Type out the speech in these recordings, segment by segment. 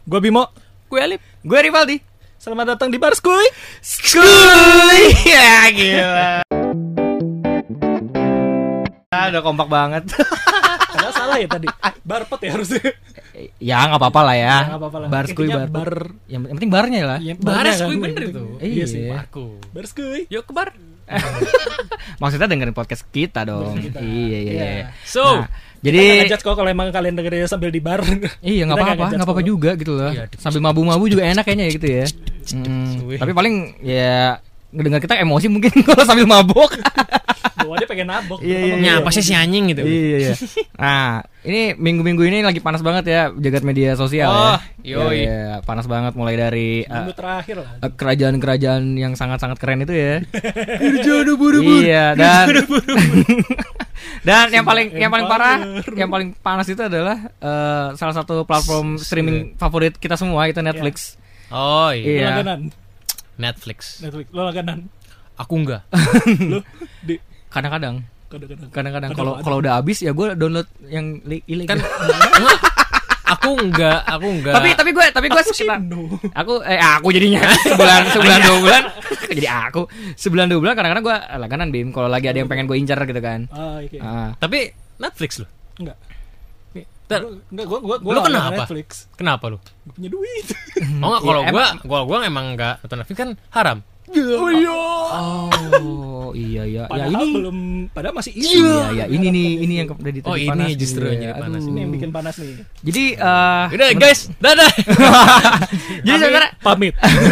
Gue Bimo. Gue Alip. Gue Rivaldi. Selamat datang di Bar Skuy. Skuy. Ya gila. Udah kompak banget. Padahal salah ya tadi. Barpet ya harusnya. Ya nggak apa-apa lah ya. Ya, nggak apa-apa lah. Bar Skuy Intinya bar. Yang penting barnya lah. Ya, Bar barnya Skuy kan, bener gitu. itu. Iya sih. Aku. Bar Skuy. Yuk ke bar. Maksudnya dengerin podcast kita dong. Kita. Iya. Iya. So, Nah, jadi Kita ngejudge kok kalau emang kalian dengerin sambil di bar. iya nggak Kita apa-apa kok. juga gitu loh. Iya, Sambil mabu-mabu juga enak kayaknya gitu ya. Tapi paling ya ngedengar kita emosi mungkin kalau sambil mabuk. Bawaannya pengen nabok. Iya. nyapa sih si anjing gitu. Iya. Nah, ini minggu-minggu ini lagi panas banget ya jagat media sosial Oh, ya. yoi. Iya, panas banget mulai dari Minggu terakhir lah. kerajaan-kerajaan yang sangat-sangat keren itu ya. Kerjaan buru-buru. Iya, dan yang paling parah, yang paling panas itu adalah salah satu platform streaming favorit kita semua itu Netflix. Oh iya. Iya. Lo langganan. Netflix. Lo langganan. Aku enggak. Lo di Kadang-kadang kadang-kadang kalau udah habis ya gue download yang ilegal. Kan aku enggak. Tapi gue sekitar aku jadinya sebulan 2 bulan jadi aku sebulan 2 bulan kadang-kadang gue langganan Bim kalau lagi ada yang pengen gue incar gitu kan. Ah, oke. Tapi Netflix loh. Enggak. Enggak, Gua lu kenapa? Netflix. Kenapa lu? Gua punya duit. Oh enggak, kalau Ya, gua emang enggak nonton Netflix kan haram. Oh iya. Oh iya ya Padahal ini belum, padahal masih isu. iya ini yang dari Oh, tadi ini panas justru nih. yang jadi panas. Aduh. Ini yang bikin panas nih. Jadi Udah guys, dadah. jadi sebenarnya Pamit.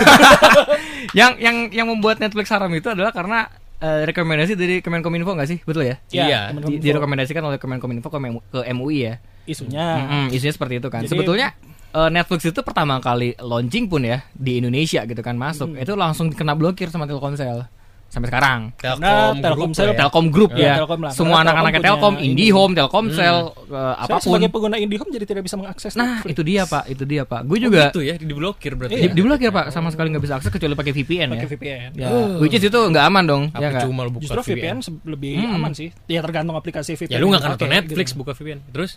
yang membuat Netflix haram itu adalah karena rekomendasi dari Kemenkominfo nggak sih, betul ya? Iya. Direkomendasikan oleh Kemenkominfo ke MUI ya. Isunya. Isunya seperti itu kan. Jadi- Sebetulnya Netflix itu pertama kali launching pun ya di Indonesia gitu kan masuk, itu langsung kena blokir sama Telkomsel sampai sekarang. Telkomsel. Telkom Group Ya, ya. Telkom lah. Semua Karena anak-anaknya Telkom Telkom, punya IndiHome, Telkomsel, Saya apapun. sebagai pengguna IndiHome jadi tidak bisa mengakses. Nah, Netflix. itu dia Pak. Gue juga Itu ya diblokir berarti. Iya. diblokir Pak, sama sekali nggak bisa akses kecuali pakai VPN pakai ya. VPN. Ya, which is itu nggak aman dong, ya Apa nggak? cuma lu buka Justru VPN lebih aman sih. Ya tergantung aplikasi VPN. Ya lu enggak yang kan nonton pakai, Netflix gitu. buka VPN. Terus?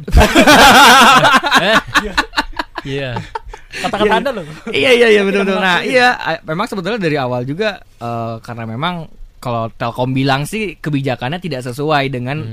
Iya. Kata-kata Anda loh. Iya betul. Nah, memang sebetulnya dari awal juga karena memang kalau Telkom bilang sih kebijakannya tidak sesuai dengan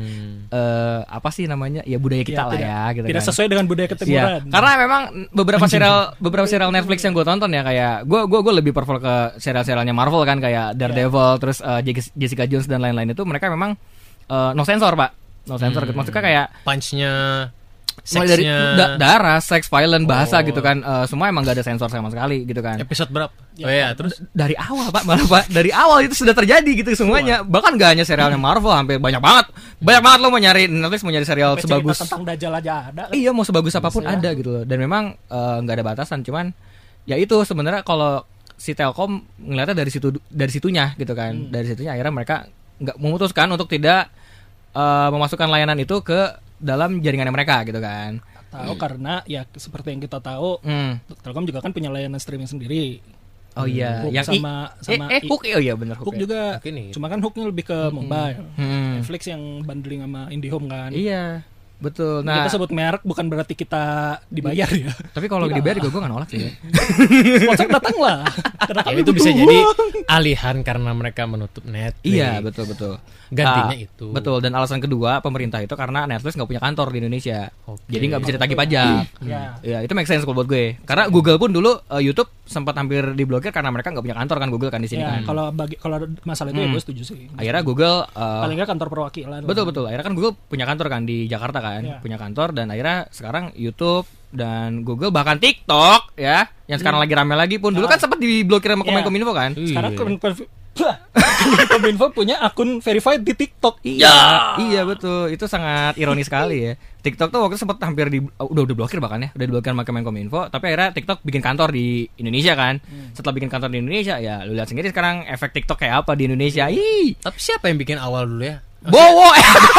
apa sih namanya? Ya budaya kita lah ya gitu Tidak kan. sesuai dengan budaya Iya, ketimuran. karena memang beberapa serial Netflix yang gue tonton ya kayak gue lebih prefer ke serial-serialnya Marvel kan kayak Daredevil terus Jessica Jones dan lain-lain itu mereka memang no sensor Pak, no sensor gitu. Maksudnya kayak Punch-nya, mulai dari seksnya. darah, seks, violent, bahasa gitu kan, semua emang gak ada sensor sama sekali gitu kan. Episode berapa? Oh iya, terus Dari awal Pak, malah Pak, dari awal itu sudah terjadi gitu semuanya. Bahkan gak hanya serialnya Marvel, hampir banyak banget lo mau nyari Netflix mau nyari serial Sampai sebagus cerita tentang Dajjal aja ada kan? iya mau sebagus apapun Bisa. ada gitu loh. Dan memang nggak ada batasan, cuman ya itu sebenarnya kalau si Telkom ngeliatnya dari situnya gitu kan. Dari situnya akhirnya mereka nggak memutuskan untuk tidak memasukkan layanan itu ke dalam jaringannya mereka gitu kan. Tahu karena ya seperti yang kita tahu, Telkom juga kan punya layanan streaming sendiri. Oh iya, Hook yang sama Hook, oh iya benar Hook juga. Hook ini. Cuma kan Hooknya lebih ke mobile. Hmm. Netflix yang bundling sama IndiHome kan. Iya, betul. Nah, Kita sebut merek bukan berarti kita dibayar ya. tapi kalau Tidak. dibayar juga gue nggak nolak sih. Ya. Sponsor datanglah. Karena ya kami itu bisa butuh jadi uang. alihan karena mereka menutup Netflix. Iya, betul. Gantinya itu. Betul. Dan alasan kedua pemerintah itu karena Netflix nggak punya kantor di Indonesia, Oke. jadi nggak bisa ditagih pajak. Ya. Ya itu make sense kalau buat gue. Karena Google pun dulu YouTube sempat hampir diblokir karena mereka nggak punya kantor kan, Google kan di sini Ya, kan. kalau masalah itu ya gue setuju sih. Akhirnya Google Paling nggak kantor perwakilan. betul. Akhirnya kan Google punya kantor kan di Jakarta kan, Ya. punya kantor dan akhirnya sekarang YouTube dan Google bahkan TikTok ya, yang sekarang lagi rame lagi pun dulu kan sempat diblokir sama Ya. Kominfo kan. Sekarang Iya. Kominfo punya akun verified di TikTok. Iya betul, itu sangat ironis sekali ya. TikTok tuh waktu itu sempat hampir udah blokir bahkan ya, udah diblokir sama Kemenkominfo, tapi akhirnya TikTok bikin kantor di Indonesia kan. Setelah bikin kantor di Indonesia ya, lu lihat sendiri sekarang efek TikTok kayak apa di Indonesia. Ih, Tapi siapa yang bikin awal dulu ya? bowo.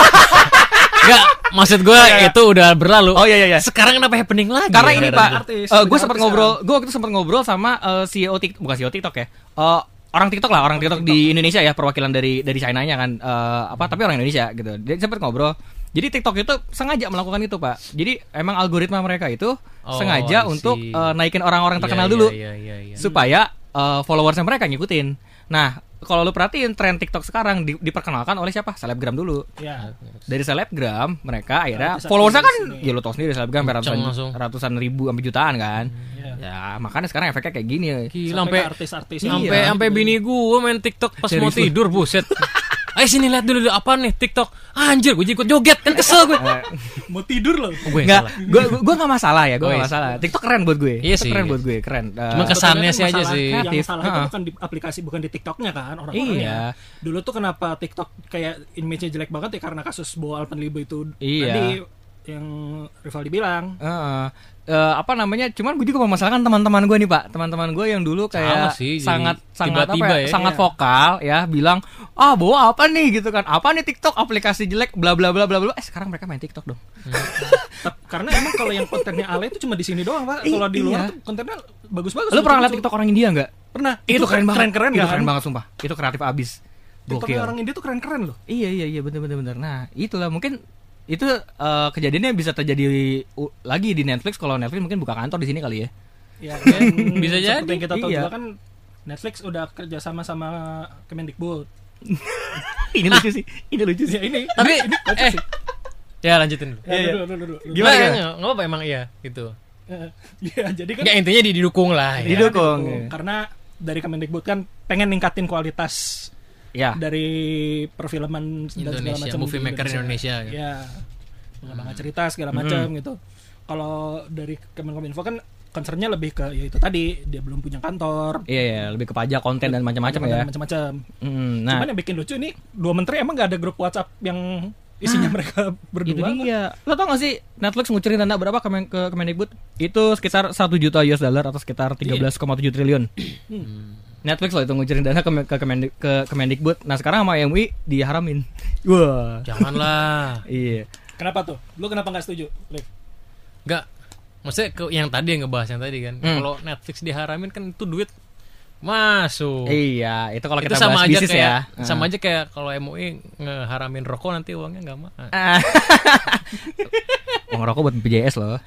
Enggak, maksud gue itu udah berlalu. Oh iya. Sekarang kenapa happening lagi? Karena ini ya, Pak, artis, gue punya sempat artis gue waktu itu sempat ngobrol sama CEO TikTok, bukan CEO TikTok ya. Orang TikTok di Indonesia ya, perwakilan dari China-nya kan, tapi orang Indonesia gitu. Dia sempat ngobrol. Jadi TikTok itu sengaja melakukan itu, Pak. Jadi emang algoritma mereka itu sengaja untuk naikin orang-orang terkenal dulu. Supaya followersnya mereka ngikutin. Nah, kalau lu perhatiin tren TikTok sekarang diperkenalkan oleh siapa? Selebgram dulu. Ya. Dari selebgram mereka akhirnya followersnya kan ya lu tau sendiri selebgram ratusan ribu sampai jutaan kan. Ya, makanya sekarang efeknya kayak gini. Gila, sampai artis-artis sampai bini gua main TikTok pas mau tidur, buset. Ayo sini lihat dulu apa nih TikTok. Anjir, gue ikut joget kan kesel gue. Mau tidur loh. Enggak, gue enggak masalah ya, gue enggak masalah. TikTok keren buat gue. Iya sih. Keren buat gue, keren. Cuma kesannya sih aja sih. Yang salah itu bukan di aplikasi, bukan di TikToknya kan orang-orangnya. Dulu tuh kenapa TikTok kayak image-nya jelek banget ya karena kasus Bo Alpenliebe itu tadi yang Rivaldi bilang. Apa namanya? Cuman gue juga memasalahkan teman-teman gue nih, Pak. Teman-teman gue yang dulu kayak sangat tiba-tiba sangat vokal ya, bilang, bawa apa nih gitu kan. Apa nih TikTok aplikasi jelek bla bla bla bla bla. Sekarang mereka main TikTok dong. Karena emang kalau yang kontennya ale itu cuma di sini doang, Pak. Kalau di luar tuh kontennya bagus-bagus. Lu pernah lihat TikTok orang India enggak? Pernah. Itu keren banget. Keren itu keren banget sumpah. Itu kreatif abis. TikToknya orang India tuh keren-keren loh. Iya bener. Nah, itulah mungkin itu kejadiannya bisa terjadi lagi di Netflix kalau Netflix mungkin buka kantor di sini kali ya. Ya, bisa jadi. Seperti yang kita tahu juga kan Netflix udah kerja sama Kemendikbud. Ini lucu sih. Ya, ini. Tapi ya lanjutin dulu. Dulu. Gimana? Enggak apa emang iya gitu. Ya, jadi kan intinya didukung lah. Didukung. Karena dari Kemendikbud kan pengen ningkatin kualitas dari perfilman dan segala macam, movie maker Indonesia. Ya, pengembangan cerita segala macam gitu. Kalau dari Kemenkominfo kan concernnya lebih ke ya itu tadi, dia belum punya kantor. Iya, lebih ke pajak, konten dan macam-macam ya. Macam-macam. Nah, cuman yang bikin lucu ini dua menteri emang nggak ada grup WhatsApp yang isinya mereka berdua. Itu dia. Lo tau gak sih Netflix ngucurin dana berapa ke Kemendikbud? Itu sekitar 1 juta US dollar atau sekitar 13,7 triliun. Netflix loh itu ngucurin dana ke Kemendikbud. Nah sekarang sama MUI diharamin. Wah. Janganlah. Iya. Kenapa tuh? Lu kenapa nggak setuju, Liv? Enggak. Maksudnya yang tadi yang ngebahas yang tadi kan. Kalau Netflix diharamin kan itu duit masuk. Iya, itu kalau itu kita sama bahas aja bisnis kayak, ya. Sama aja kayak kalau MUI ngeharamin rokok nanti uangnya enggak mah. Uang rokok buat BPJS loh.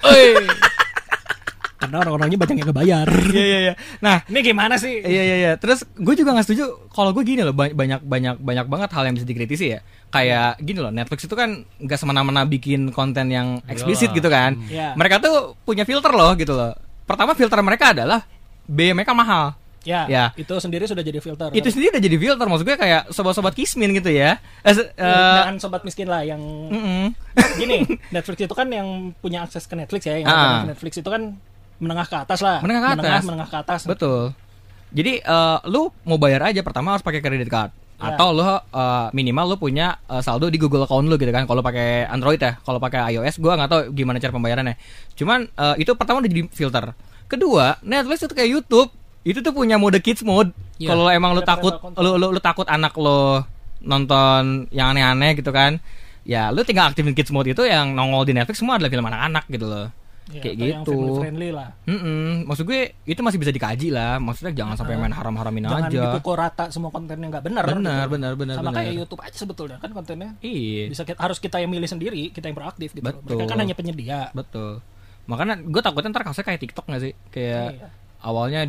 Karena orang-orangnya banyak yang ngebayar. Iya. Nah, ini gimana sih? Iya. Terus gue juga nggak setuju. Kalau gue gini loh, banyak banget hal yang bisa dikritisi ya. Kayak gini loh, Netflix itu kan nggak semena-mena bikin konten yang eksplisit gitu kan. Mereka tuh punya filter loh gitu loh. Pertama filter mereka adalah biaya mereka mahal. Ya, itu sendiri sudah jadi filter. Itu sendiri udah jadi filter. Maksud gue kayak sobat-sobat kismin gitu ya. Jangan sobat miskin lah yang gini, Netflix itu kan yang punya akses ke Netflix ya. Yang Netflix itu kan menengah ke atas lah. Menengah ke atas. Betul. Jadi lu mau bayar aja pertama harus pakai credit card. Atau lu minimal lu punya saldo di Google account lu gitu kan. Kalau pakai Android ya. Kalau pakai iOS gua nggak tahu gimana cara pembayarannya. Cuman itu pertama udah jadi filter. Kedua, Netflix itu kayak YouTube. Itu tuh punya mode kids mode. Kalau emang lu takut lu takut anak lo nonton yang aneh-aneh gitu kan. Ya lu tinggal aktifin kids mode itu, yang nongol di Netflix semua adalah film anak-anak gitu loh. Kayak gitu. Yang friendly lah. Maksud gue itu masih bisa dikaji lah. Maksudnya jangan sampai main haram-haramin jangan aja. Jangan dipukul rata semua kontennya nggak benar. Benar. Sama kayak YouTube aja sebetulnya kan kontennya. Iya. Harus kita yang milih sendiri, kita yang proaktif gitu. Betul. Mereka kan hanya penyedia. Betul. Makanya gue takutnya ntar kasusnya kayak TikTok nggak sih? Kayak awalnya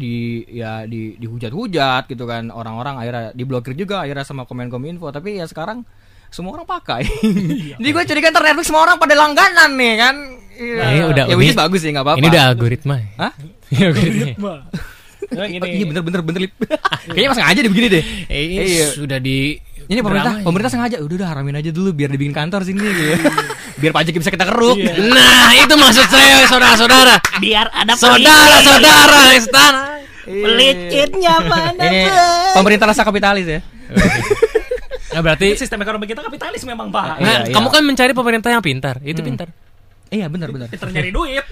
dihujat-hujat gitu kan, orang-orang akhirnya diblokir juga akhirnya sama Kemenkominfo, tapi ya sekarang semua orang pakai. Jadi gue curiga ntar Netflix semua orang pada langganan nih kan. Nah, udah, ya which is bagus sih, nggak apa-apa. Ini udah algoritma. Hah? Algoritma. Iya bener lip. Kayaknya mas sengaja begini deh. Sudah di ini pemerintah sengaja udah haramin aja dulu biar dibikin kantor sini gitu. Biar pajak bisa kita keruk. Nah, itu maksud saya saudara-saudara. Biar ada saudara istana. Pelicitnya mana? Ini pemerintah rasa kapitalis ya. Nah, berarti sistem ekonomi kita kapitalis memang, Pak. Nah, kamu kan mencari pemerintah yang pintar. Itu pintar. Iya benar. Pintar nyari duit.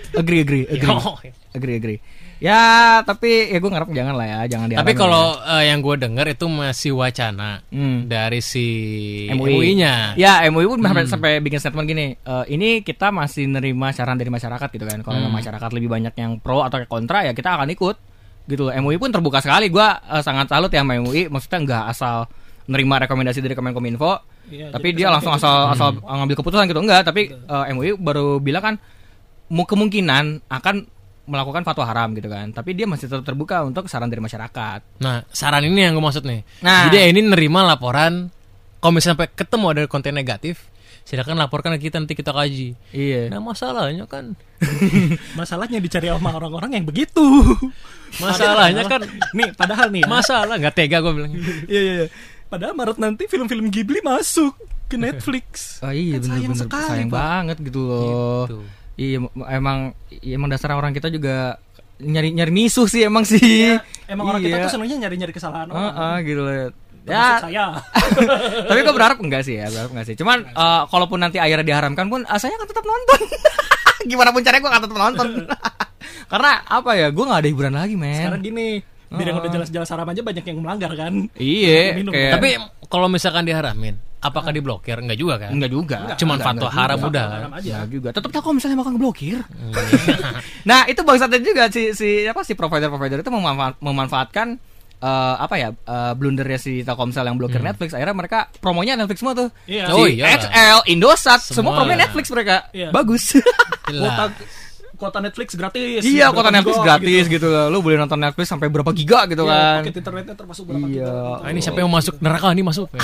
Agree. Ya tapi ya gue ngarep jangan lah ya, jangan dialamin. Tapi kalau yang gue dengar itu masih wacana dari si MUI-nya. Ya MUI pun sampai bikin statement gini, ini kita masih nerima saran dari masyarakat gitu kan. Kalau masyarakat lebih banyak yang pro atau kontra ya kita akan ikut gitu loh. MUI pun terbuka sekali. Gue sangat salut ya sama MUI, maksudnya nggak asal nerima rekomendasi dari Kemenkominfo, Tapi dia langsung asal ngambil keputusan gitu enggak, tapi MUI baru bilang kan kemungkinan akan melakukan fatwa haram gitu kan. Tapi dia masih tetap terbuka untuk saran dari masyarakat. Nah, saran ini yang gue maksud nih. Jadi ini nerima laporan, kalau misalnya sampai ketemu ada konten negatif, silakan laporkan ke kita, nanti kita kaji. Iya. Nah, masalahnya kan masalahnya dicari sama orang-orang yang begitu. Masalahnya kan nih, padahal nih ya. Masalah enggak tega gue bilang. Iya. Padahal Maret nanti film-film Ghibli masuk ke Netflix. Oh iya, benar-benar sayang banget gitu loh. Gitu. Iya, emang dasar orang kita juga nyari misuh sih emang sih. Ya, emang orang kita tuh senangnya nyari kesalahan orang. Gitu loh. Ya, saya. Tapi gue berharap enggak sih. Cuman kalaupun nanti akhirnya diharamkan pun, saya akan tetap nonton. Gimana pun caranya gue akan tetap nonton. Karena apa ya? Gue nggak ada hiburan lagi, men. Sekarang gini, biar yang udah jelas-jelas haram aja banyak yang melanggar kan. Iya. Tapi kalau misalkan diharamin, apakah diblokir? Enggak juga kan? Enggak juga. Cuman fatwa haram udah. Enggak juga. Tetap kalau misalnya bakal ngeblokir. Nah, itu bangsatnya juga si provider itu memanfaatkan blundernya si Telkomsel yang blokir Netflix. Akhirnya mereka promonya Netflix semua tuh. Iya. XL, Indosat, semua promonya Netflix mereka. Iya. Bagus. Kuota Netflix gratis. Iya, kuota Netflix gratis gitu loh. Lu boleh nonton Netflix sampai berapa giga gitu kan. Paket internetnya termasuk berapa giga. Ini siapa yang mau masuk neraka nih masuk.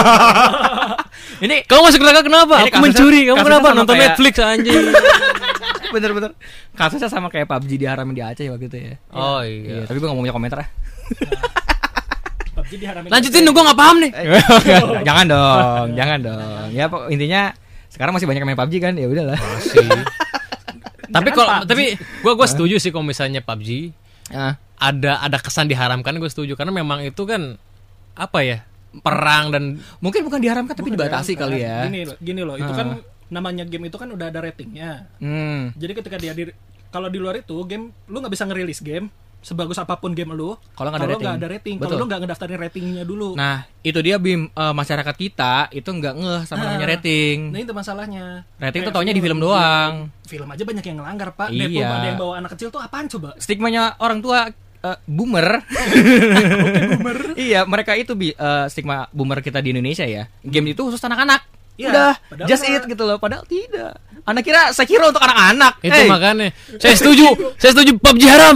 Ini kamu masuk neraka kenapa? Aku mencuri. Kamu kenapa nonton Netflix anjing? Bener. Kasusnya sama kayak PUBG diharamin di Aceh waktu itu ya. Oh iya. Tapi gue gak mau punya komentar. Lanjutin dong, gue gak paham nih. Jangan dong. Ya intinya sekarang masih banyak main PUBG kan, ya udahlah. Masih. tapi gue setuju sih kalau misalnya PUBG ada kesan diharamkan, gue setuju karena memang itu kan apa ya, perang dan mungkin bukan diharamkan tapi dibatasi kali ya. Gini loh, itu kan namanya game itu kan udah ada ratingnya. Jadi ketika kalau di luar itu game lu nggak bisa ngerilis game sebagus apapun game lu kalau nggak ada rating. Kalau lu nggak ngedaftarin ratingnya dulu. Nah itu dia masyarakat kita itu nggak ngeh sama namanya rating. Nah itu masalahnya. Rating tuh taunya di film doang. Film aja banyak yang ngelanggar pak. Iya. Deadpool ada yang bawa anak kecil tuh apaan coba? Stigmanya orang tua boomer. Boomer. Iya, mereka itu stigma boomer kita di Indonesia ya. Game itu khusus anak-anak. Ya, udah, just it gitu loh. Padahal tidak. Saya kira untuk anak-anak. Itu makanya. Saya setuju PUBG haram.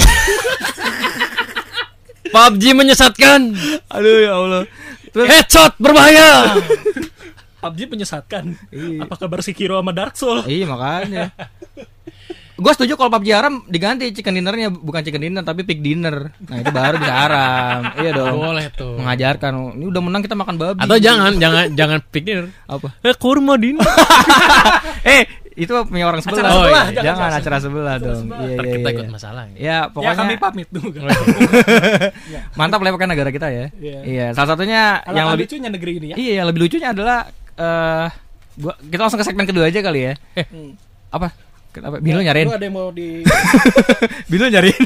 PUBG menyesatkan. Aduh ya Allah. Headshot berbahaya. PUBG menyesatkan. Apa kabar Sekiro sama Dark Souls? Iya makanya. Gue setuju kalau PUBG haram diganti chicken dinnernya bukan chicken dinner tapi pig dinner. Nah itu baru bisa haram. Iya dong. Boleh tuh. Mengajarkan. Ini udah menang kita makan babi. Atau jangan pig dinner. Apa? Kurma dinner. Itu punya orang sebelah. Jangan acara sebelah dong. Iya. Kita ikut masalah. Ya pokoknya. Ya kami pamit dulu. Mantap lah kan negara kita ya. Iya. Salah satunya yang lebih lucunya negeri ini ya. Iya, yang lebih lucunya adalah kita langsung ke segmen kedua aja kali ya. Apa? Bilo nyariin. Lu ada yang mau di Bilo nyariin.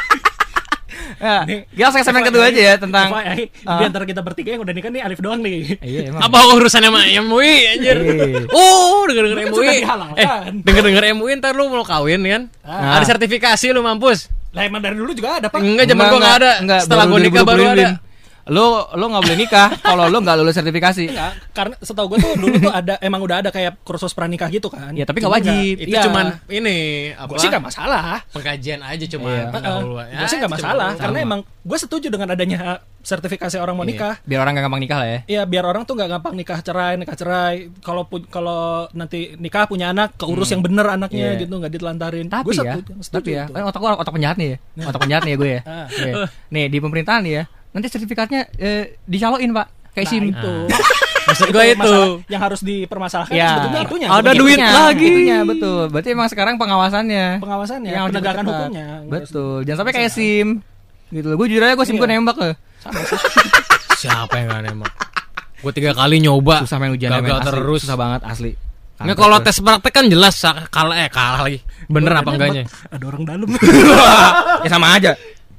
Ya, kita langsung ke segmen kedua aja ya tentang di antara kita bertiga yang udah nikah nih Alif doang nih. Iya, emang. Apa urusannya sama MUI anjir? Denger MUI. Denger MUI ntar lu mau kawin kan? Ada sertifikasi lu mampus. Lah emang dari dulu juga ada, Pak. Enggak, zaman gua enggak ada. Setelah gua nikah baru ada. Lo nggak boleh nikah kalau lo nggak lulus sertifikasi. Enggak, karena setahu gue tuh dulu tuh emang udah ada kayak kursus pranikah gitu kan. Ya tapi nggak wajib. Itu cuman ini apa? Gue sih nggak masalah. Pengkajian aja cuma. Gue sih nggak masalah karena emang gue setuju dengan adanya sertifikasi orang mau nikah. Biar orang nggak gampang nikah lah ya. Iya, biar orang tuh nggak gampang nikah cerai. Kalau nanti nikah punya anak keurus yang bener anaknya gitu, nggak ditelantarin. Tapi ya, otak penjahat nih ya. Otak penjahat nih ya gue ya. Nih di pemerintahan nih ya. Nanti sertifikatnya dicaloin Pak kayak SIM itu. Maksud gue itu yang harus dipermasalahkan sebetulnya itunya. Ada duit lagi. Itunya betul. Berarti emang sekarang pengawasannya, penegakan hukumnya. Betul. Jangan sampai kayak SIM gitu loh. Gue jujur aja gue SIM gue nembak loh. Sama sih. Siapa yang gak nembak? Gue 3 kali nyoba. Susah main ujian terus. Susah banget asli. Nggak, kalau tes praktek kan jelas kalah lagi. Bener apa enggaknya? Ada orang dalam. Ya sama aja.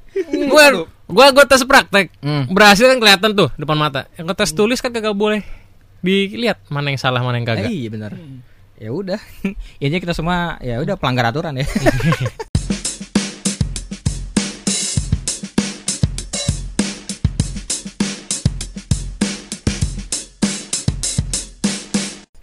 Gue tes praktek berhasil kan kelihatan tuh depan mata. Yang tes tulis kan kagak boleh dilihat mana yang salah mana yang kagak. Iya benar. Ya udah. Intinya kita semua ya udah pelanggar aturan ya.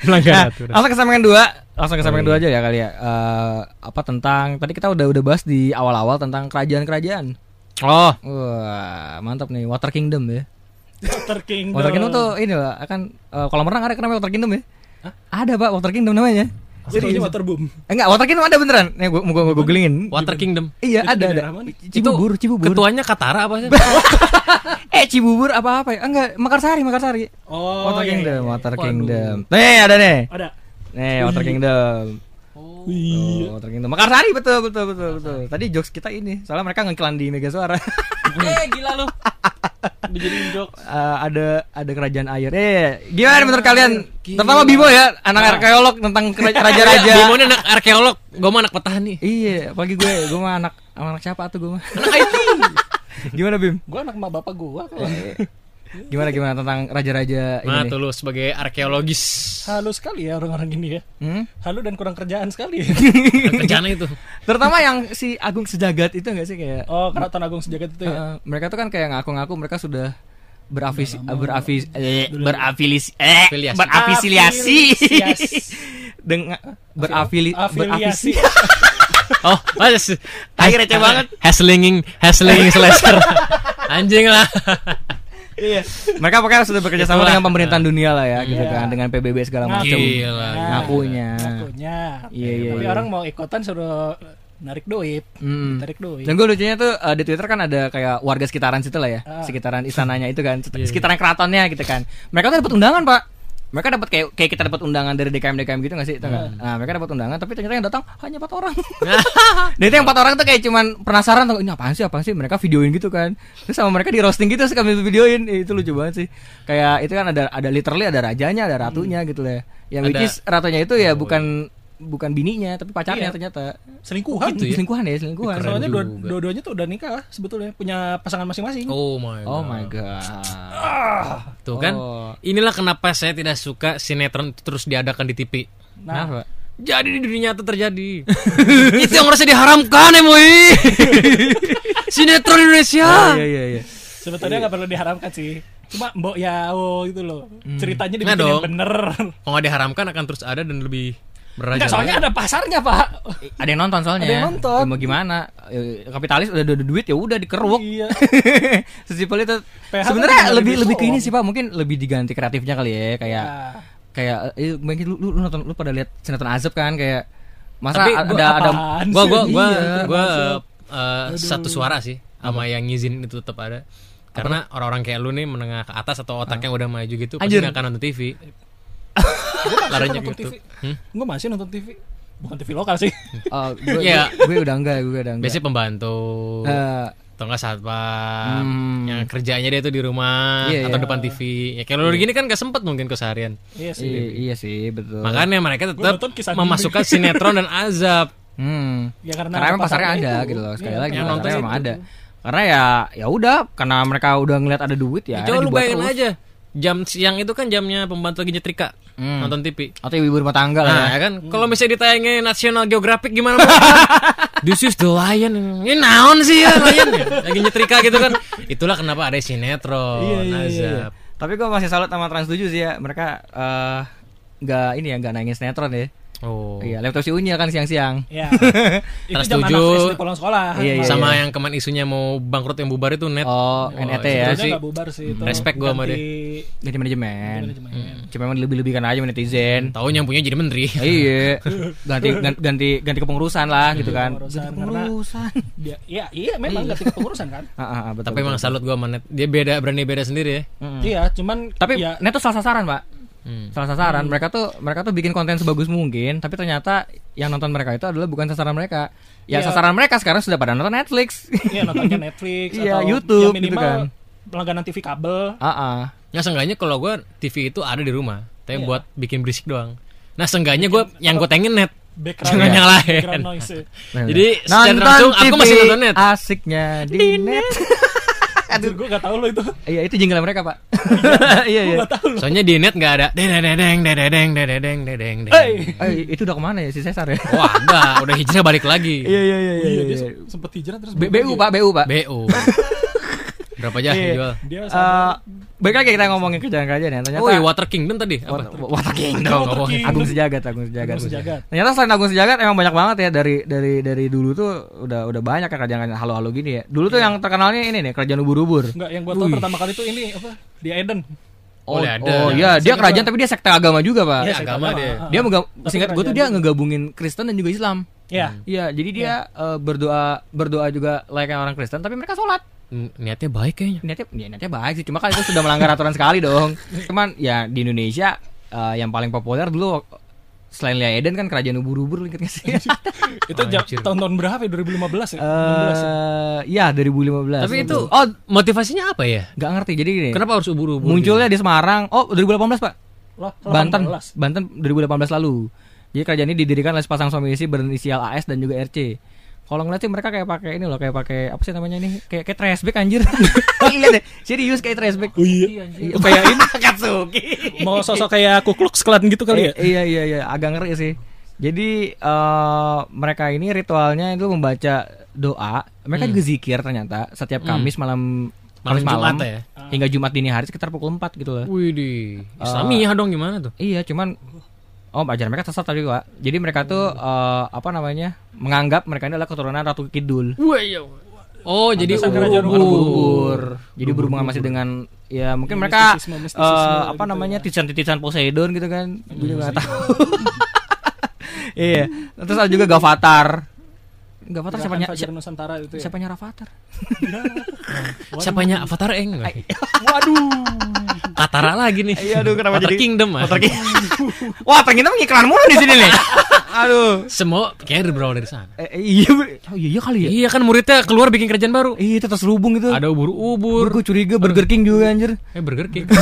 Langsung ke segmen 2 aja ya kali ya. Apa tentang tadi kita udah bahas di awal-awal tentang kerajaan-kerajaan. Oh, wah, mantap nih, Water Kingdom ya. Water Kingdom. Water Kingdom tuh ini lah, akan kolam renang ada namanya Water Kingdom ya? Hah? Ada Pak, Water Kingdom namanya. Jadi Water Boom. Enggak, Water Kingdom ada beneran. Nih gua googlingin. Water Kingdom. Iya, ada. Cibubur. Ketuanya Katara apa sih? Cibubur apa ya? Enggak, Mekarsari. Oh, Water iya, Kingdom, iya. Water Kingdom. Nih, ada nih. Ada. Nih, Water Kingdom. Iya. Water Kingdom. Mekarsari betul. Tadi jokes kita ini, soalnya mereka ngiklan di Mega Suara. Gila lu. Dijadiin jokes. Ada kerajaan air. Gimana menurut kalian? Terutama Bimo ya, anak arkeolog tentang raja-raja. Bimo ini anak arkeolog, gue mah anak petani. Iya, apalagi gue mah anak siapa tuh gue mah? Anak IT. Gimana Bim? Gue anak emak bapak gue. Gimana tentang raja-raja ini? Nah, tuh lu sebagai arkeologis. Halu sekali ya orang-orang ini ya. Halu dan kurang kerjaan sekali. Kerjaan itu. Terutama yang si Agung Sejagat itu enggak sih kayak? Oh, Keraton Agung Sejagat itu ya. Mereka tuh kan kayak ngaku-ngaku mereka sudah berafiliasi dengan berafiliasi. Oh, mas, receh banget. Haslinging slasher. Anjing lah. Iya. Mereka pokoknya sudah bekerja sama dengan pemerintahan dunia lah ya, gitu kan, dengan PBB segala macam. Ngakunya. Iya. Tapi orang mau ikutan suruh narik duit. Dan gue lucunya tuh di Twitter kan ada kayak warga sekitaran situ lah ya, sekitaran istananya itu kan, sekitaran keratonnya gitu kan. Mereka tuh dapat undangan, Pak. Mereka dapat kayak kita dapat undangan dari DKM gitu nggak sih? Nah, mereka dapat undangan, tapi ternyata yang datang hanya 4 orang. Dan itu yang 4 orang tuh kayak cuman penasaran tuh, ini apaan sih? Mereka videoin gitu kan. Terus sama mereka di roasting gitu, terus kami videoin. Itu lucu banget sih. Kayak itu kan ada literally ada rajanya, ada ratunya gitu lah. Yang which is ratunya itu ya bukan bininya tapi pacarnya ternyata. Selingkuhan gitu ya? Selingkuhan. Soalnya dua-duanya tuh udah nikah sebetulnya, punya pasangan masing-masing. Oh my god. Tuh kan. Inilah kenapa saya tidak suka sinetron terus diadakan di TV. Kenapa? Jadi di dunia nyata terjadi. Itu yang harusnya diharamkan, MUI. Sinetron Indonesia. Iya. Sebetulnya nggak perlu diharamkan sih. Cuma Mbok Yao gitu loh. Ceritanya dibikin yang bener. Kalau nggak diharamkan akan terus ada dan lebih Enggak, soalnya ada pasarnya, Pak. Ada yang nonton soalnya. Ada yang nonton. Mau gimana? Kapitalis udah ada duit ya udah dikeruk. Iya. Sesimpel itu. Sebenarnya lebih ke ini sih, Pak. Mungkin lebih diganti kreatifnya kali ya, kayak mungkin lu nonton, lu pada lihat sinetron Azab kan, kayak masa ada gua satu suara sih sama yang ngizinin itu tetap ada. Karena orang-orang kayak lu nih menengah ke atas atau otaknya udah maju gitu pasti gak akan nonton TV. Laranya gitu. Gue masih nonton TV. Bukan TV lokal sih. Gue udah enggak. Biasanya pembantu atau enggak satpam yang kerjanya dia tuh di rumah atau depan TV. Ya kalau gini kan gak sempet mungkin keseharian. Iya sih, betul. Makanya mereka tetap memasukkan sinetron dan Azab. Ya karena pasarnya ada gitu loh. Sekali lagi pasarnya memang ada. Karena ya udah, karena mereka udah ngeliat ada duit ya. Coba lu bayangin aja. Jam siang itu kan jamnya pembantu lagi nyetrika nonton TV atau ibu rumah tangga lah ya kan. Kalau misalnya ditayangin National Geographic gimana? This is the lion. Ini naon sih ya lion ya? Lagi nyetrika gitu kan. Itulah kenapa ada sinetron. Iya. Tapi gue masih salut sama Trans 7 sih ya. Mereka nggak naikin sinetron ya. Oh iya, laptop si Unya kan siang-siang. Iya. Itu jam anak SD pulang sekolah. Iya. Sama yang kemarin isunya mau bangkrut yang bubar itu net. NET ya. Itu enggak bubar sih itu. Respect gua sama dia. Ganti manajemen. Cuma memang lebih-lebihkan aja netizen. Tahu yang punya jadi menteri. Iya. Ganti kepengurusan lah gitu kan. Kepengurusan. Iya memang ganti kepengurusan kan. Betul. Tapi memang salut gua sama net. Dia berani beda sendiri ya. Iya, cuman tapi net tuh salah sasaran, Pak. Salah sasaran. Mereka tuh bikin konten sebagus mungkin, tapi ternyata yang nonton mereka itu adalah bukan sasaran mereka. Sasaran mereka sekarang sudah pada nonton Netflix. Iya, nontonnya Netflix atau ya YouTube minimal gitu kan. Langganan TV kabel. Ya seenggaknya kalau gue TV itu ada di rumah, tapi buat bikin berisik doang. Nah seenggaknya gue yang gue tengin net, jangan yang lain. Jadi secara langsung aku masih nonton net. Asiknya di net. Aduh, gue gak tahu lo itu. Iya, itu jingle mereka, Pak. Iya. Soalnya di net gak ada dedeng. Itu udah kemana ya si Cesar ya? Wah, enggak, udah hijrah balik lagi. Iya. Dia sempet hijrah terus BU, Pak. BU. Berapa aja dijual? Dia Baik lagi kita ngomongin kerajaan-kerajaan ya. Ternyata Water Kingdom tadi apa? Water Kingdom. Agung Sejagat. Ternyata selain Agung Sejagat emang banyak banget ya dari dulu tuh udah banyak ya kerajaan halo-halo gini ya. Dulu tuh yang terkenalnya ini nih, kerajaan ubur-ubur. Enggak, yang gua tahu pertama kali tuh ini apa? Di Eden. Iya, dia kerajaan tapi dia sekte agama juga, Pak. Iya, agama dia. Dia singkat gue tuh dia ngegabungin Kristen dan juga Islam. Iya, jadi dia berdoa juga layaknya orang Kristen tapi mereka sholat. Niatnya baik kayaknya. Niatnya baik sih, cuma kan itu sudah melanggar aturan sekali dong. Cuman ya di Indonesia yang paling populer dulu selain Lia Eden kan kerajaan ubur-ubur, inget gak sih? Itu tahun-tahun berapa ya? 2015 ya? Iya 2015. Tapi itu motivasinya apa ya? Gak ngerti. Jadi gini, kenapa harus ubur-ubur? Munculnya di Semarang. 2018 Pak. Banten 2018 lalu. Jadi kerajaan ini didirikan oleh sepasang suami istri berinisial AS dan juga RC. Kalau ngeliat sih mereka kayak pakai ini loh, kayak pakai apa sih namanya ini? Kayak trash bag anjir. Lihat deh, serius kayak trash bag. Oh iya. Kayak ini Katsuki. Mau sosok kayak Ku Klux Klan gitu kali ya? Iya, agak ngeri sih. Jadi mereka ini ritualnya itu membaca doa. Mereka juga zikir ternyata setiap Kamis malam Jumat ya? Hingga Jumat dini hari sekitar pukul 4 gitu loh. Wih, Islamiah dong gimana tuh? Iya, cuman ajaran mereka sesat tadi Pak. Jadi mereka tuh menganggap mereka ini adalah keturunan Ratu Kidul. Jadi ubur. Jadi berhubungan masih dengan ya mungkin mereka titisan Poseidon gitu kan. Gue juga enggak tahu. Iya. Terus ada juga Gavatar. Gavatar Nusantara itu ya. Siapanya Rafathar? Siapanya Avatar enggak? Waduh. Katara lagi nih. Iya, aduh kenapa Water jadi Kingdom. Water Kingdom. Wah, Kingdom ngiklan mulu di sini nih. Aduh. Semua kayak berawal dari sana. Iya kali ya. Iya kan muridnya keluar bikin kerajaan baru. Iya, itu terselubung itu. Ada ubur-ubur. Gue curiga Burger King juga anjir. Burger King.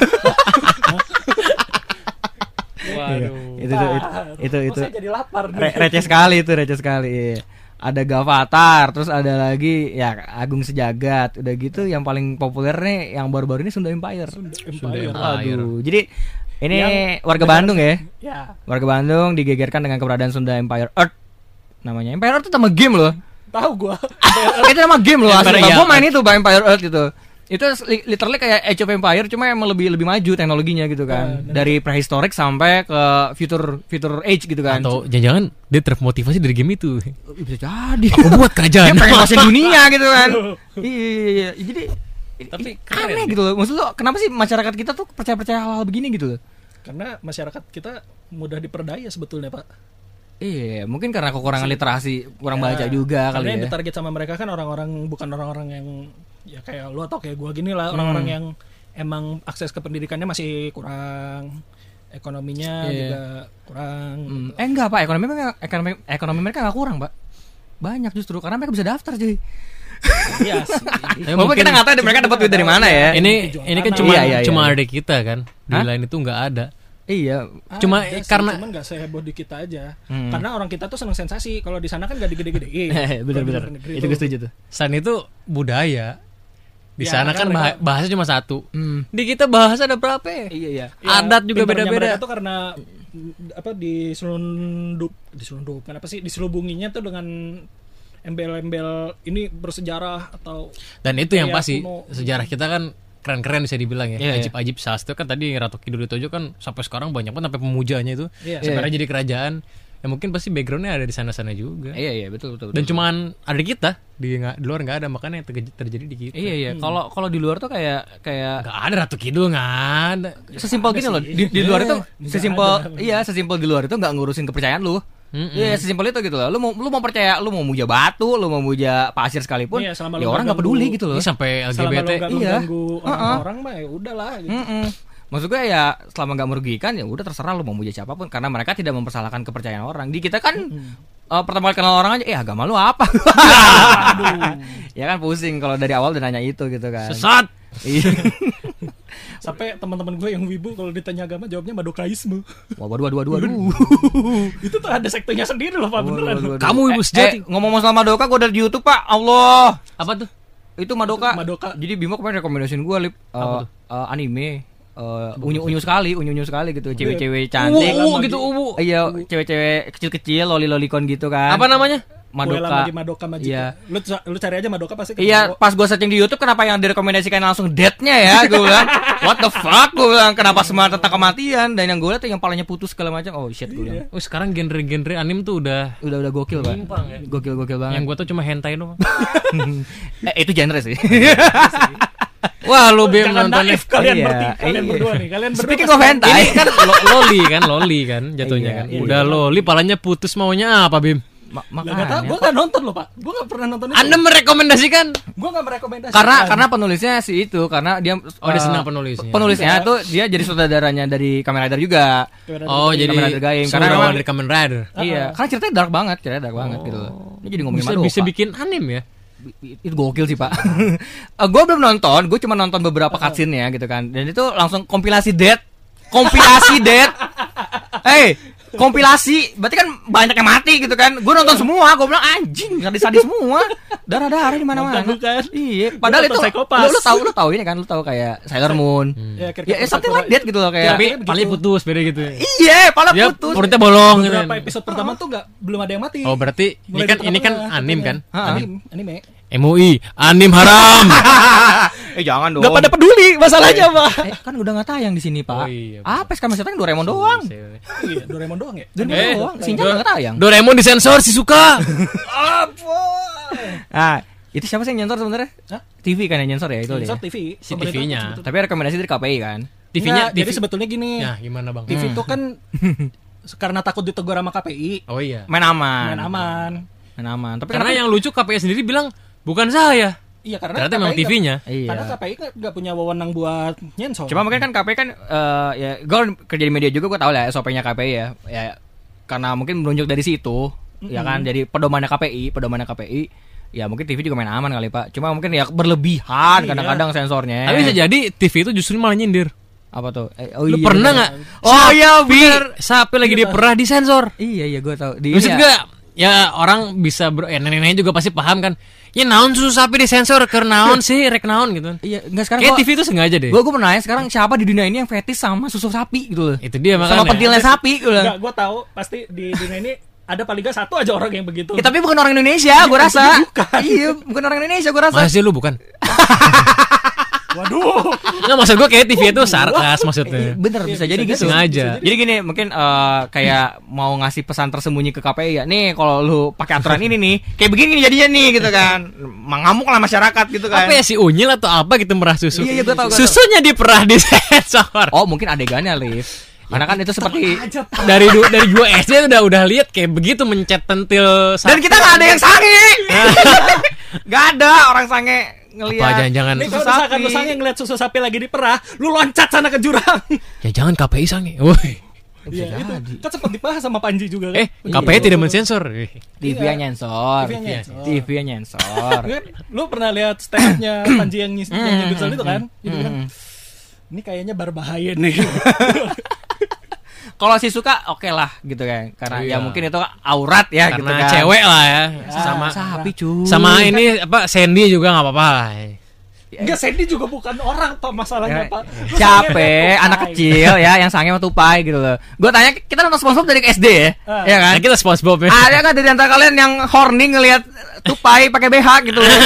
Waduh. Itu. Saya jadi lapar. Receh sekali. Iya. Ada Gavatar, terus ada lagi ya Agung Sejagat. Udah gitu yang paling populer nih yang baru-baru ini Sunda Empire. Aduh. Jadi ini warga Bandung ya. Warga Bandung digegerkan dengan keberadaan Sunda Empire Earth. Namanya Empire Earth itu nama game loh. Tahu gua. Itu nama game loh asli. Gua main itu Empire Earth gitu. Itu literally kayak Age of Empire cuma emang lebih maju teknologinya gitu kan. Dari prehistorik sampai ke future age gitu kan. Atau jangan-jangan dia termotivasi dari game itu. Bisa jadi. Aku buat kerajaan. Dia pengen kuasain dunia gitu kan. Iya. Jadi tapi keren aneh gitu loh. Maksud lo kenapa sih masyarakat kita tuh percaya hal-hal begini gitu loh? Karena masyarakat kita mudah diperdaya sebetulnya, Pak. Iya, mungkin karena kekurangan literasi, kurang baca juga kali ya. Karena yang ditarget sama mereka kan bukan orang-orang yang ya kayak lu atau kayak gua gini lah, orang-orang yang emang akses ke pendidikannya masih kurang, ekonominya juga kurang. Gitu. Enggak Pak, ekonomi mereka nggak kurang Pak, banyak justru karena mereka bisa daftar jadi. Iya sih. Walaupun kita nggak tahu mereka dapat duit dari mana ya. Ini kan cuma ada kita kan, di lain itu nggak ada. Iya, cuma karena nggak seheboh di kita aja. Karena orang kita tuh seneng sensasi. Kalau di sana kan nggak digede-gedein. Bener. Itu gue setuju tuh. Selain itu budaya. Di sana kan bahasa cuma satu. Di kita bahasa ada berapa ya? Iya. Adat juga beda-beda. Mereka tuh karena diselubunginya tuh dengan embel-embel ini bersejarah atau. Dan itu yang pasti sejarah kita kan keren-keren bisa dibilang ya. Ajib-ajib sastra kan tadi Ratu Kidul Tojo kan sampai sekarang banyak banget sampai pemujanya itu. Sampai jadi kerajaan. Ya mungkin pasti backgroundnya ada di sana-sana juga. Iya betul. Dan cuman ada di kita di luar nggak ada, makanya terjadi di kita. Iya. Kalau di luar tuh kayak nggak ada Ratu Kidul, nggak ada. Sesimpel gini loh. Di luar itu sesimpel di luar itu nggak ngurusin kepercayaan lu. Iya, sesimpel itu gitu loh. Lu mau percaya, lu mau muja batu, lu mau muja pasir sekalipun, ya orang nggak peduli gitu loh. Ini sampai LGBT. Ganggu orang mah ya udahlah gitu. Maksud gue ya selama nggak merugikan ya udah terserah lu mau muja siapapun karena mereka tidak mempersalahkan kepercayaan orang. Di kita kan pertama kali kenal orang aja, agama lu apa? Ya kan pusing kalau dari awal udah nanya itu gitu kan. Sesat. Iya. Sampai teman-teman gue yang wibu kalau ditanya agama jawabnya Madokaisme. Waduh. Itu tuh ada sektenya sendiri loh Pak, beneran. Kamu wibu sejati. Ngomong masalah Madoka gue dari YouTube Pak. Allah. Apa tuh? Itu Madoka. Jadi Bimo kemarin rekomendasiin gue anime. Unyu sekali gitu, cewek-cewek cantik gitu. Iya, cewek-cewek kecil-kecil loli-lolicon gitu kan. Apa namanya? Madoka. Iya. Lu cari aja Madoka pasti ketemu. Iya, pas gue searching di YouTube kenapa yang direkomendasikan langsung dead-nya ya? Gue bilang, what the fuck? Gue bilang, kenapa semua tentang kematian? Dan yang gue lihat yang palanya putus segala macam. Oh shit, gue bilang. Oh, sekarang genre-genre anim tuh udah gokil, Pak. Ya. Gokil banget. Yang gue tuh cuma hentai doang. Itu genre sih. Wah, lu Bim nonton kalian berdua nih. Speaking of hentai, ini kan loli kan jatuhnya kan. Udah loli palanya putus maunya apa Bim? Makanya gue gak nonton loh Pak. Gue gak pernah nonton itu. Anda merekomendasikan? Gue gak merekomendasikan. Karena penulisnya sih itu, karena dia dia senang penulisnya. Penulisnya tuh dia jadi sutradaranya dari Kamen Rider juga. Jadi Kamen Rider Gaim. Karena memang dari Kamen Rider. Iya, karena ceritanya dark banget gitu loh. Ini jadi ngomongin Madoka. Bisa bikin anim ya? Itu gokil sih Pak. Gue belum nonton, gue cuma nonton beberapa cutscene-nya gitu kan. Dan itu langsung kompilasi dead. Kompilasi, berarti kan banyak yang mati gitu kan. Gue nonton semua, gue bilang anjing, sadis semua. Darah di mana-mana. Iya, padahal itu lu tahu ini kan, lu tahu kayak Sailor Moon. Ya, something like that gitu loh kayak. Tapi palanya putus beda gitu ya. Iya, pala putus. Perutnya bolong gitu. Beberapa episode pertama tuh belum ada yang mati. Oh, berarti ini kan anim kan? Anime. MUI, anim haram. Jangan dong. Gak pada peduli masalahnya Pak. Kan udah gak tayang di sini Pak. Oh, iya. Apa sekarang masih tayang Doraemon doang. Iya, Doraemon doang ya. Doraemon doang. Shinchan gak tayang. Doraemon disensor si suka. Apa? Nah, itu siapa sih yang nyensor sebenarnya? TV kan yang nyensor ya itu ya. TV. Si TV-nya. Tapi rekomendasi dari KPI kan. TV-nya jadi sebetulnya gini. Ya, gimana Bang? TV itu kan karena takut ditegur sama KPI. Oh iya. Main aman. Tapi karena yang lucu KPI sendiri bilang bukan saya. Iya, karena ternyata memang TV-nya. Karena KPI nggak punya wewenang buat nyensor. Cuma mungkin kan KPI kan ya gue kerja di media juga gue tahu lah SOP-nya KPI ya. Ya karena mungkin menunjuk dari situ, ya kan. Jadi pedomannya KPI. Ya mungkin TV juga main aman kali Pak. Cuma mungkin ya berlebihan kadang-kadang sensornya. Tapi bisa jadi TV itu justru malah nyindir. Apa tuh? Lu pernah nggak? Oh iya benar. Sapi lagi diperah di sensor. Iya gue tahu. Maksud gue ya orang bisa nenek-nenek juga pasti paham kan. Ya naon susu sapi disensor karena naon sih rek naon gitu. Iya, enggak sekarang kayak TV itu sengaja deh. Gue pernah nanya sekarang siapa di dunia ini yang fetis sama susu sapi gitu loh. Itu dia makanya. Sama pentilnya sapi gitu. Enggak, gue tahu pasti di dunia ini ada paling gak satu aja orang yang begitu. Ya, tapi bukan orang Indonesia, gue rasa. Iya, bukan orang Indonesia gue rasa. Masih lu bukan? Waduh. Nggak, maksud gue kayak TV itu sarkas maksudnya. Bener, bisa jadi gitu. Sengaja. Jadi gini, mungkin kayak mau ngasih pesan tersembunyi ke KPI ya. Nih, kalau lu pakai aturan ini nih, kayak begini jadinya nih gitu kan. Mengamuk lah masyarakat gitu kan. Apa ya si unyil atau apa gitu merah susu? Iya, gue tahu. Susunya diperah di sensor. Oh, mungkin adegannya, Liv. Karena kan itu seperti dari 2 SD udah lihat kayak begitu mencet pentil. Dan kita nggak ada yang sange. Nggak ada orang sange ngelihat. Apa jangan nih, kalau lu sange ngeliat susu sapi lagi diperah, lu loncat sana ke jurang. Ya jangan KPI sange. Woi. Iya itu kan sempat dibahas sama Panji juga kan. KPI tidak mensensor. TV-nya nyensor. TV-nya nyensor. Lu pernah lihat stand-nya Panji yang nyindir itu kan? Ini kayaknya berbahaya nih. Kalau si suka oke lah gitu kan. Karena ya mungkin itu aurat ya karena gitu kan. Cewek lah ya. Sama sapi cuy. Sama ini apa Sandy juga enggak apa-apa lah. Enggak, Sandy juga bukan orang Pak masalahnya Pak. Capek anak kecil ya yang sange sama tupai gitu loh. Gue tanya kita nonton SpongeBob dari SD ya. Ya kan? Nah, kita SpongeBob ya. Ada kan dari antara kalian yang horny ngelihat tupai pakai BH gitu loh.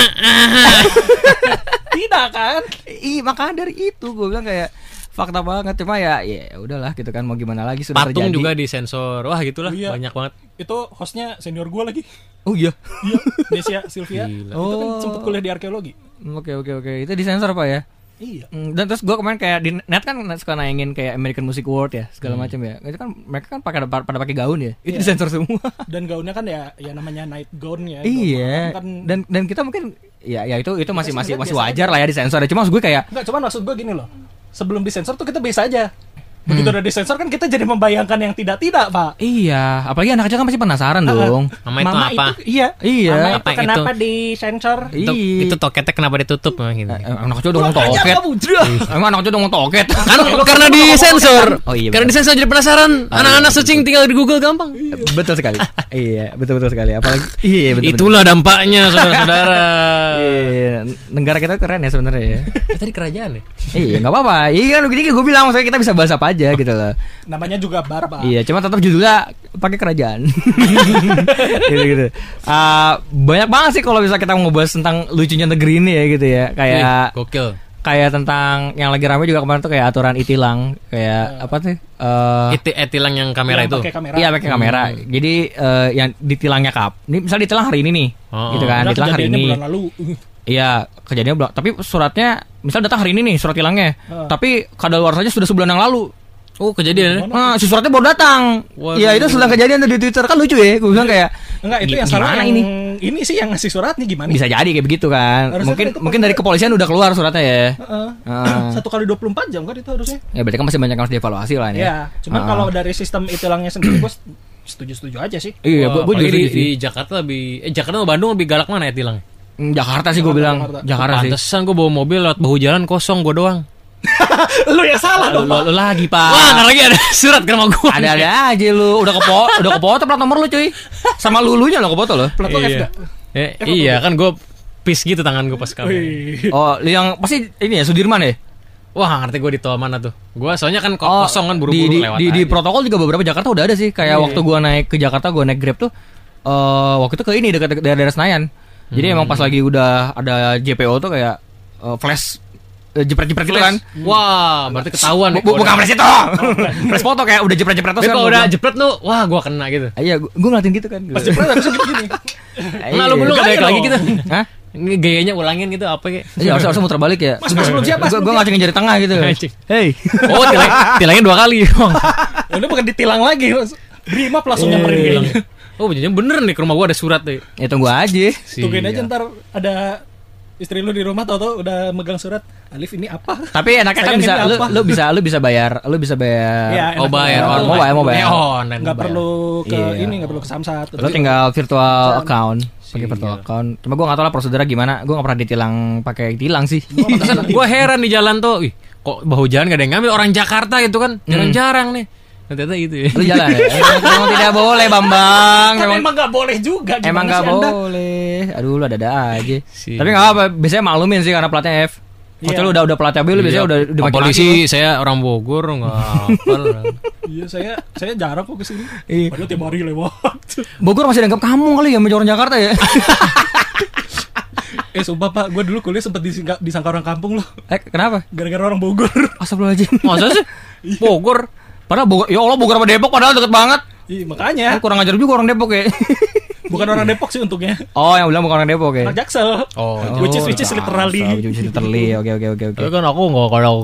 Tidak kan? Makanya dari itu gue bilang kayak fakta banget. Cuma ya udahlah gitu kan, mau gimana lagi sudah Patung terjadi. Juga disensor. Wah gitulah banyak banget. Itu hostnya senior gue lagi. Oh iya. Nesia Sylvia. Gila. Itu kan sempat kuliah di arkeologi. Oke. Itu disensor Pak ya? Iya. Dan terus gue kemarin kayak di net kan suka nayangin kayak American Music Award ya segala macam ya. Itu kan mereka kan pada pakai gaun ya. Itu disensor semua. Dan gaunnya kan ya namanya night gown ya. Iya. Kan, dan kita mungkin ya itu masih wajar lah ya disensor. Cuma maksud gue kayak enggak, cuma maksud gue gini loh. Sebelum disensor tuh kita biasa aja. Begitu udah disensor kan kita jadi membayangkan yang tidak Pak. Iya, apalagi anak kecil kan pasti penasaran dong. Mama itu apa? Iya. Mama itu kenapa disensor? Itu toketnya kenapa ditutup gitu. Anak kecil dong toket. Emang anak kecil dong toket. Kan karena disensor. Oh iya. Karena disensor jadi penasaran. Anak-anak searching tinggal di Google gampang. Betul sekali. Iya, betul sekali. Apalagi betul. Itulah dampaknya saudara-saudara. Iya, negara kita keren ya sebenarnya ya. Tadi kerajaan ya? Iya, enggak apa-apa. Iya kan begini gue bilang maksudnya kita bisa bahas apa aja aja gitu loh. Namanya juga bar, Pak. Iya, cuma tetap judulnya pakai kerajaan. gitu. Banyak banget sih kalau bisa kita ngebahas tentang lucunya negeri ini ya gitu ya. Kayak gokil. Kayak tentang yang lagi ramai juga kemarin tuh kayak aturan e-tilang, kayak apa sih? E-tilang yang kamera itu. Iya, pakai kamera. Jadi yang ditilangnya ini misal ditilang hari ini nih. Gitu kan, ditilang hari ini. Bulan lalu. Iya, kejadiannya belum. Tapi suratnya misal datang hari ini nih surat tilangnya. Tapi kadaluarsanya sudah sebulan yang lalu. Oh, kejadian. Si suratnya baru datang. Iya, itu sedang kejadian di Twitter, kan lucu ya. Gue bilang kayak enggak, itu yang salah ini sih yang ngasih suratnya gimana? Bisa jadi kayak begitu kan. Harusnya mungkin dari kepolisian udah keluar suratnya ya. 1 kali 24 jam kan itu harusnya. Ya berarti kan masih banyak yang harus dievaluasi lah nih. Iya, cuman kalau dari sistem e-tilangnya sendiri gue setuju aja sih. Iya, gue juga di Jakarta Jakarta atau Bandung lebih galak mana ya tilangnya? Jakarta sih gue bilang. Jakarta sih. Pantesan gue bawa mobil lewat bahu jalan kosong gue doang. Lu yang salah dong. Lu lagi, Pak. Wah, ntar lagi ada surat ke rumah gue. Ada aja lu. Udah kefoto plat nomor lu, cuy. Sama lulunya lo kefoto lo. Plat F enggak? Iya kan gue pis gitu tangan gue pas kawin. Oh, yang pasti ini ya Sudirman ya? Wah, ngerti gue di tol mana tuh. Gue soalnya kan kosong kan buru-buru lewat. Di protokol juga beberapa Jakarta udah ada sih. Kayak waktu gue naik ke Jakarta, gue naik Grab tuh waktu itu ke ini dekat daerah Senayan. Jadi emang pas lagi udah ada JPO tuh kayak flash jepret-jepret gitu kan. Wah, berarti ketahuan. Bukan flash itu. Flash foto kayak udah jepret-jepret terus kan. Kalau udah jepret lu, wah gua kena gitu. Iya, gua ngeliatin gitu kan. Pas jepret harus gini. Nah, lu belum balik lagi gitu. Hah? Ini gayanya ulangin gitu apa kayak? Iya, harus muter balik ya. Mas belum siapa? Gua ngacengin jari tengah gitu. Hey. Oh, tilangin 2 kali. Udah bukan ditilang lagi. Brimob langsung nyamperin. Oh, bener nih ke rumah gua ada surat tuh. Ya tunggu aja. Tungguin aja ntar ada istri lu di rumah tau udah megang surat. Alif ini apa? Tapi enaknya kan bisa lu bisa bayar ya, bayar mobile. Enggak perlu ke ini, enggak perlu ke Samsat. Lu tinggal virtual account. Pakai virtual account. Cuma gua enggak tahu lah prosedurnya gimana. Gua enggak pernah ditilang pakai tilang sih. Gua heran di jalan tuh. Ih, kok bahu jalan enggak ada yang ngambil, orang Jakarta gitu kan. Jarang-jarang nih. Ternyata itu ya. Lu jalan ya? Emang tidak boleh, Bambang. Emang gak boleh juga. Emang gak boleh. Aduh, lu ada aja. Tapi gak apa-apa. Biasanya maklumin sih karena platnya F. Kalau udah platnya B, lu biasanya udah polisi. Saya orang Bogor, gak hafal. Iya, saya jarang kok kesini. Padahal tiap hari lewat. Bogor masih dianggap kampung kali ya, sama orang Jakarta ya. Sumpah Pak, gue dulu kuliah sempet disangka orang kampung loh. Kenapa? Gara-gara orang Bogor. Astagfirullahaladzim. Masa sih? Bogor? Padahal Bogor, ya Allah Bogor sama Depok padahal deket banget. Iya makanya. Kurang ajar juga orang Depok ya. Bukan orang Depok sih untungnya. Oh, yang bilang bukan orang Depok ya. Orang Jaksel. Which is literally. Oke. Tapi kan aku nggak kalau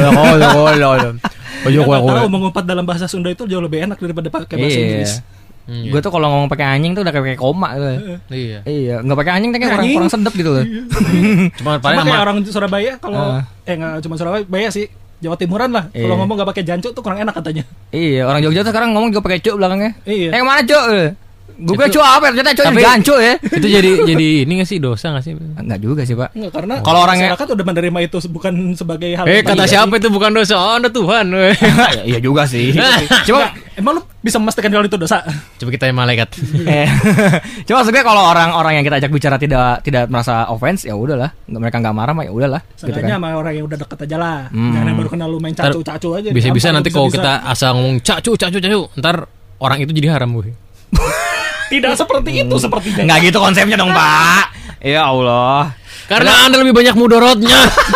tahu mengumpat dalam bahasa Sunda itu jauh lebih enak daripada pakai bahasa Inggris. Gue tuh kalau ngomong pakai anjing tuh udah kayak koma gitu. Iya, nggak pakai anjing tuh kayak kurang sedap gitu loh. Cuma kayak orang Surabaya kalau nggak cuma Surabaya sih. Jawa Timuran lah. Kalau ngomong gak pakai jancuk tuh kurang enak katanya. Iya, orang Jogja tuh sekarang ngomong juga pakai cuk belakangnya. Iya. Mana cuk? Gue kira cuk apa? Ternyata cuk jancuk ya. Itu jadi ini nggak sih, dosa nggak sih? Enggak juga sih, Pak. Enggak, karena kalau orang masyarakat udah menerima itu bukan sebagai hal. Kata siapa itu bukan dosa? Oh, Anda Tuhan. Iya juga sih. Cuma emang lu bisa memastikan kalau itu dosa? Coba kita yang malaikat. Cuma sebenarnya kalau orang-orang yang kita ajak bicara tidak merasa offense, ya udahlah. Mereka nggak marah mah ya udahlah. Seenggaknya sama orang yang udah deket aja lah. Jangan yang baru kenal lu main cacu aja. Bisa-bisa nanti kalau kita asal ngomong cacu, ntar orang itu jadi haram gue. Tidak seperti itu sepertinya. Nggak gitu konsepnya dong, Pak. Ya Allah. Karena Anda lebih banyak mudorotnya.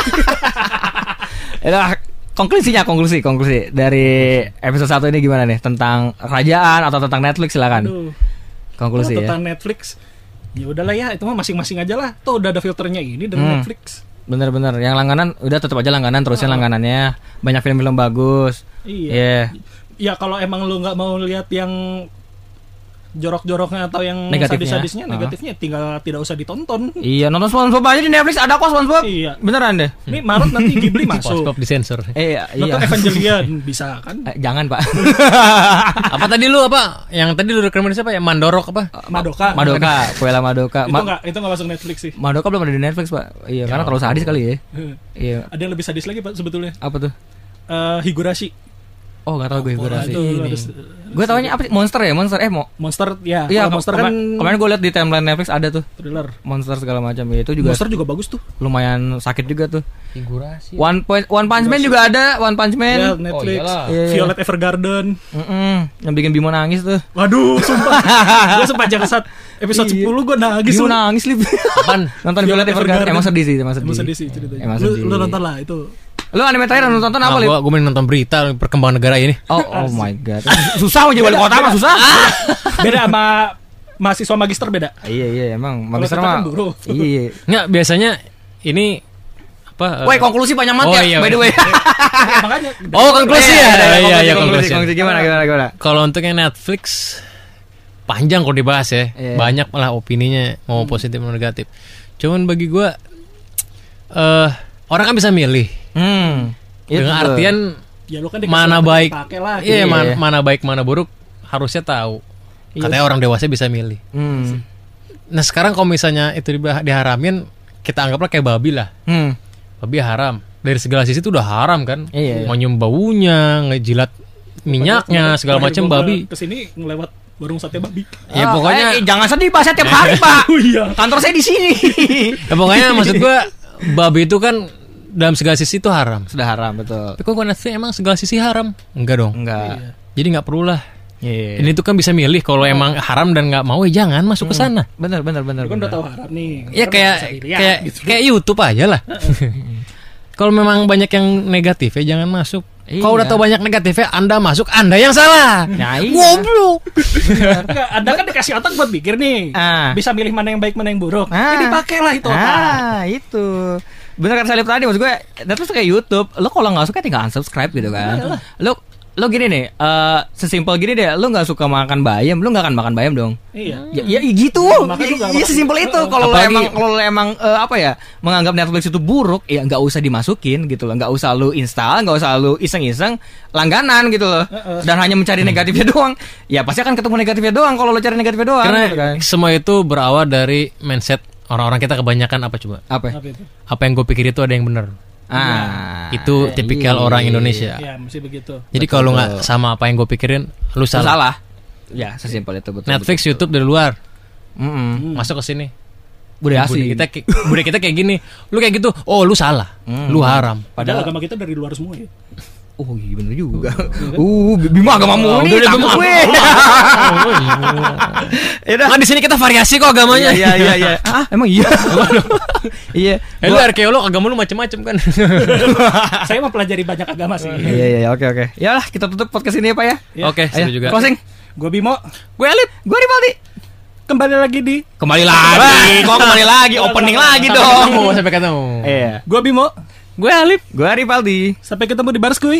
Konklusi dari episode 1 ini gimana nih? Tentang kerajaan atau tentang Netflix, silakan. Konklusi ya. Tentang Netflix. Ya udahlah ya, itu mah masing-masing aja lah. Tuh udah ada filternya ini dari Netflix. Bener-bener. Yang langganan udah tetap aja langganan, terusin langganannya. Banyak film-film bagus. Iya. Ya kalau emang lu nggak mau lihat yang jorok-joroknya atau yang sadis-sadisnya, negatifnya tinggal tidak usah ditonton. Iya, nonton SpongeBob aja di Netflix, ada kok SpongeBob. Iya. Beneran deh. Ini Maret nanti Ghibli masuk. SpongeBob disensor. Nonton Evangelion bisa kan? Jangan, Pak. Apa tadi lu apa? Yang tadi lu rekomendasi apa? Yang Mandorok apa? Madoka. Puella Madoka. Itu enggak masuk Netflix sih. Madoka belum ada di Netflix, Pak. Iya, karena terlalu sadis kali ya. Iya. Ada yang lebih sadis lagi, Pak, sebetulnya. Apa tuh? Higurashi. Oh, enggak tahu gue figurasi. Gue taunya apa sih? Monster ya? Monster ya. Iya, Monster kan kemarin gue liat di timeline Netflix ada tuh. Thriller. Monster segala macam itu juga. Monster juga bagus tuh. Lumayan sakit juga tuh. Figurasi. One Punch Man juga ada, One Punch Man. Ya, Netflix. Violet Evergarden. Yang bikin Bimo nangis tuh. Waduh, sumpah. Gue sepanjang episode 10 gue nangis. Bimo nangis Lip. Kapan? Nonton Violet Evergarden. Emang sedih sih, ceritanya. Lu nonton lah itu. Lu anime terakhir nonton apa, Lip? Gue nonton berita perkembangan negara ini. Oh my god. Susah mau jadi wali kota mah susah. Beda sama mahasiswa magister beda. Iya, emang magister mah. Iya. Enggak, biasanya ini apa? Woi, konklusi banyak banget ya, by the way. Makanya. Oh, konklusi ya. Iya, konklusi. Gimana? Kalau untuk yang Netflix panjang kalau dibahas ya. Banyak malah opininya mau positif mau negatif. Cuman bagi gue orang kan bisa milih. Dengan artian ya, lu kan mana baik, iya. Mana baik mana buruk harusnya tahu. Katanya orang dewasa bisa milih. Nah sekarang kalau misalnya itu diharamin, kita anggaplah kayak babi lah. Babi haram. Dari segala sisi itu udah haram kan. Mau nyium baunya, ngejilat minyaknya, segala macam babi. Kesini ngelewat warung sate babi. Ya pokoknya jangan sedih Pak, saya tiap hari Pak. Kantor saya di sini. Ya pokoknya maksud gue babi itu kan dalam segala sisi itu haram. Sudah haram, betul. Tapi kok Netflix emang segala sisi haram? Enggak dong. Enggak. Jadi nggak perlu lah. Ini tuh kan bisa milih kalau emang haram dan nggak mau ya jangan masuk ke sana. Benar. Kan udah tahu haram nih. Ya kayak YouTube aja lah. Kalau memang banyak yang negatif ya jangan masuk. Kalau udah tahu banyak negatifnya Anda masuk, Anda yang salah. Goblok. Anda kan dikasih otak buat pikir nih. Bisa milih mana yang baik mana yang buruk. Jadi pakailah itu otak. Itu. Bener kan Salib tadi, maksud gue Netflix kayak YouTube. Lo kalau nggak suka tinggal unsubscribe gitu kan. Lo gini nih, sesimpel gini deh. Lo nggak suka makan bayam, lo nggak akan makan bayam dong. Iya. Ya gitu. Iya sesimpel itu. Kalau lo emang apa ya menganggap Netflix itu buruk, ya nggak usah dimasukin gitu loh. Nggak usah lo install, nggak usah lo iseng-iseng langganan gitu loh. Dan hanya mencari negatifnya doang. Ya pasti akan ketemu negatifnya doang kalau lo cari negatifnya doang. Karena gitu kan. semua itu berawal dari mindset orang-orang kita kebanyakan apa coba? Apa itu? Apa yang gue pikir itu ada yang benar. Itu tipikal orang Indonesia. Iya, mesti begitu. Jadi kalau nggak sama apa yang gue pikirin, lu salah. Ya, sesimpel itu betul. Netflix, betul. YouTube dari luar, masuk ke sini. Budaya kita kayak gini. Lu kayak gitu, oh lu salah, lu haram. Padahal agama kita dari luar semua ya. Oh iya bener juga. Bima agamamu nih takut gue. Nah di sini kita variasi kok agamanya. Iya. Emang iya. Iya. Lu arkeolog agama lu macam-macam kan. Saya mempelajari banyak agama sih. Iya oke. Yalah kita tutup podcast ini ya Pak ya. Oke, setuju juga. Closing. Gue Bimo. Gue Alip. Gue Rivaldi. Kembali lagi. Kok kembali lagi opening lagi dong. Sampai ketemu. Iya. Gue Bimo. Gue Alip. Gue Rivaldi. Sampai ketemu di Barskuy.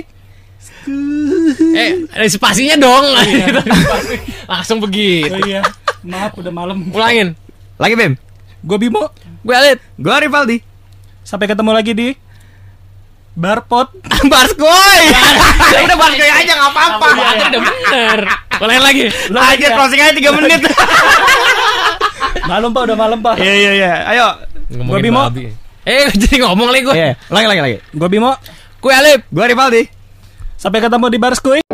Ada spasinya dong. Langsung begitu. Oh iya. Maaf udah malam. Ulangin. Lagi Bim. Gue Bimo. Gue Alip. Gue Rivaldi. Sampai ketemu lagi di Barpot. Barskoy. Udah Barskoy aja enggak apa-apa. Udah bener. Ulangin lagi. Aja closing aja 3 menit. Malam Pak, udah malam Pak. Iya. Ayo. Gue Bimo. Jadi ngomong lagi gue. Lagi. Gue Bimo. Gue Alip. Gue Rivaldi. Sampai ketemu di Barskuy.